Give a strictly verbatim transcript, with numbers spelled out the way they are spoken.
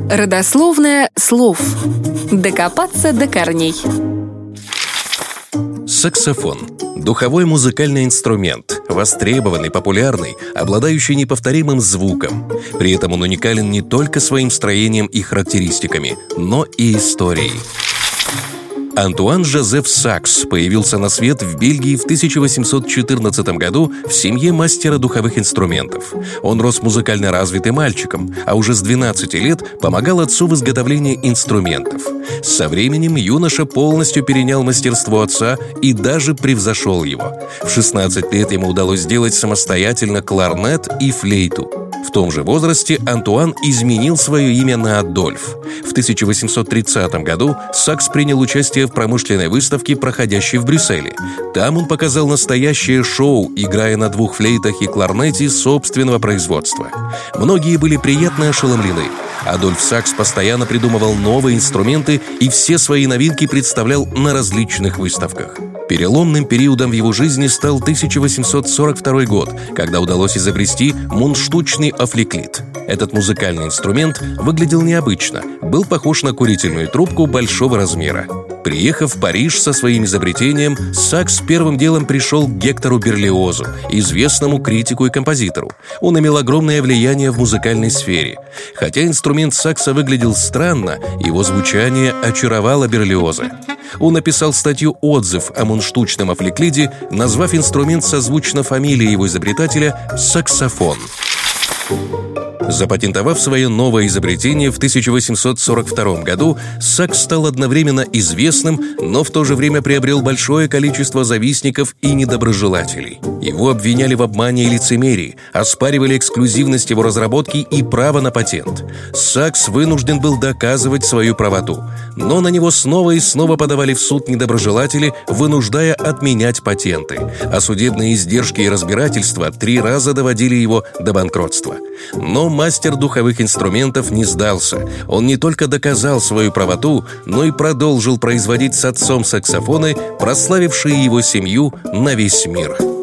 Родословное слов. Докопаться до корней. Саксофон – духовой музыкальный инструмент, востребованный, популярный, обладающий неповторимым звуком. При этом он уникален не только своим строением и характеристиками, но и историей. Антуан Жозеф Сакс появился на свет в Бельгии в тысяча восемьсот четырнадцатом году в семье мастера духовых инструментов. Он рос музыкально развитым мальчиком, а уже с двенадцати лет помогал отцу в изготовлении инструментов. Со временем юноша полностью перенял мастерство отца и даже превзошел его. В шестнадцать лет ему удалось сделать самостоятельно кларнет и флейту. В том же возрасте Антуан изменил свое имя на Адольф. В тысяча восемьсот тридцатом году Сакс принял участие в промышленной выставке, проходящей в Брюсселе. Там он показал настоящее шоу, играя на двух флейтах и кларнете собственного производства. Многие были приятно ошеломлены. Адольф Сакс постоянно придумывал новые инструменты и все свои новинки представлял на различных выставках. Переломным периодом в его жизни стал тысяча восемьсот сорок второй год, когда удалось изобрести мундштучный офликлит. Этот музыкальный инструмент выглядел необычно, был похож на курительную трубку большого размера. Приехав в Париж со своим изобретением, Сакс первым делом пришел к Гектору Берлиозу, известному критику и композитору. Он имел огромное влияние в музыкальной сфере. Хотя инструмент Сакса выглядел странно, его звучание очаровало Берлиоза. Он написал статью-отзыв о мундштучном офликлиде, назвав инструмент созвучно фамилии его изобретателя «саксофон». Запатентовав свое новое изобретение в тысяча восемьсот сорок втором году, Сакс стал одновременно известным, но в то же время приобрел большое количество завистников и недоброжелателей. Его обвиняли в обмане и лицемерии, оспаривали эксклюзивность его разработки и право на патент. Сакс вынужден был доказывать свою правоту, но на него снова и снова подавали в суд недоброжелатели, вынуждая отменять патенты, а судебные издержки и разбирательства три раза доводили его до банкротства. Но мастер духовых инструментов не сдался. Он не только доказал свою правоту, но и продолжил производить с отцом саксофоны, прославившие его семью на весь мир.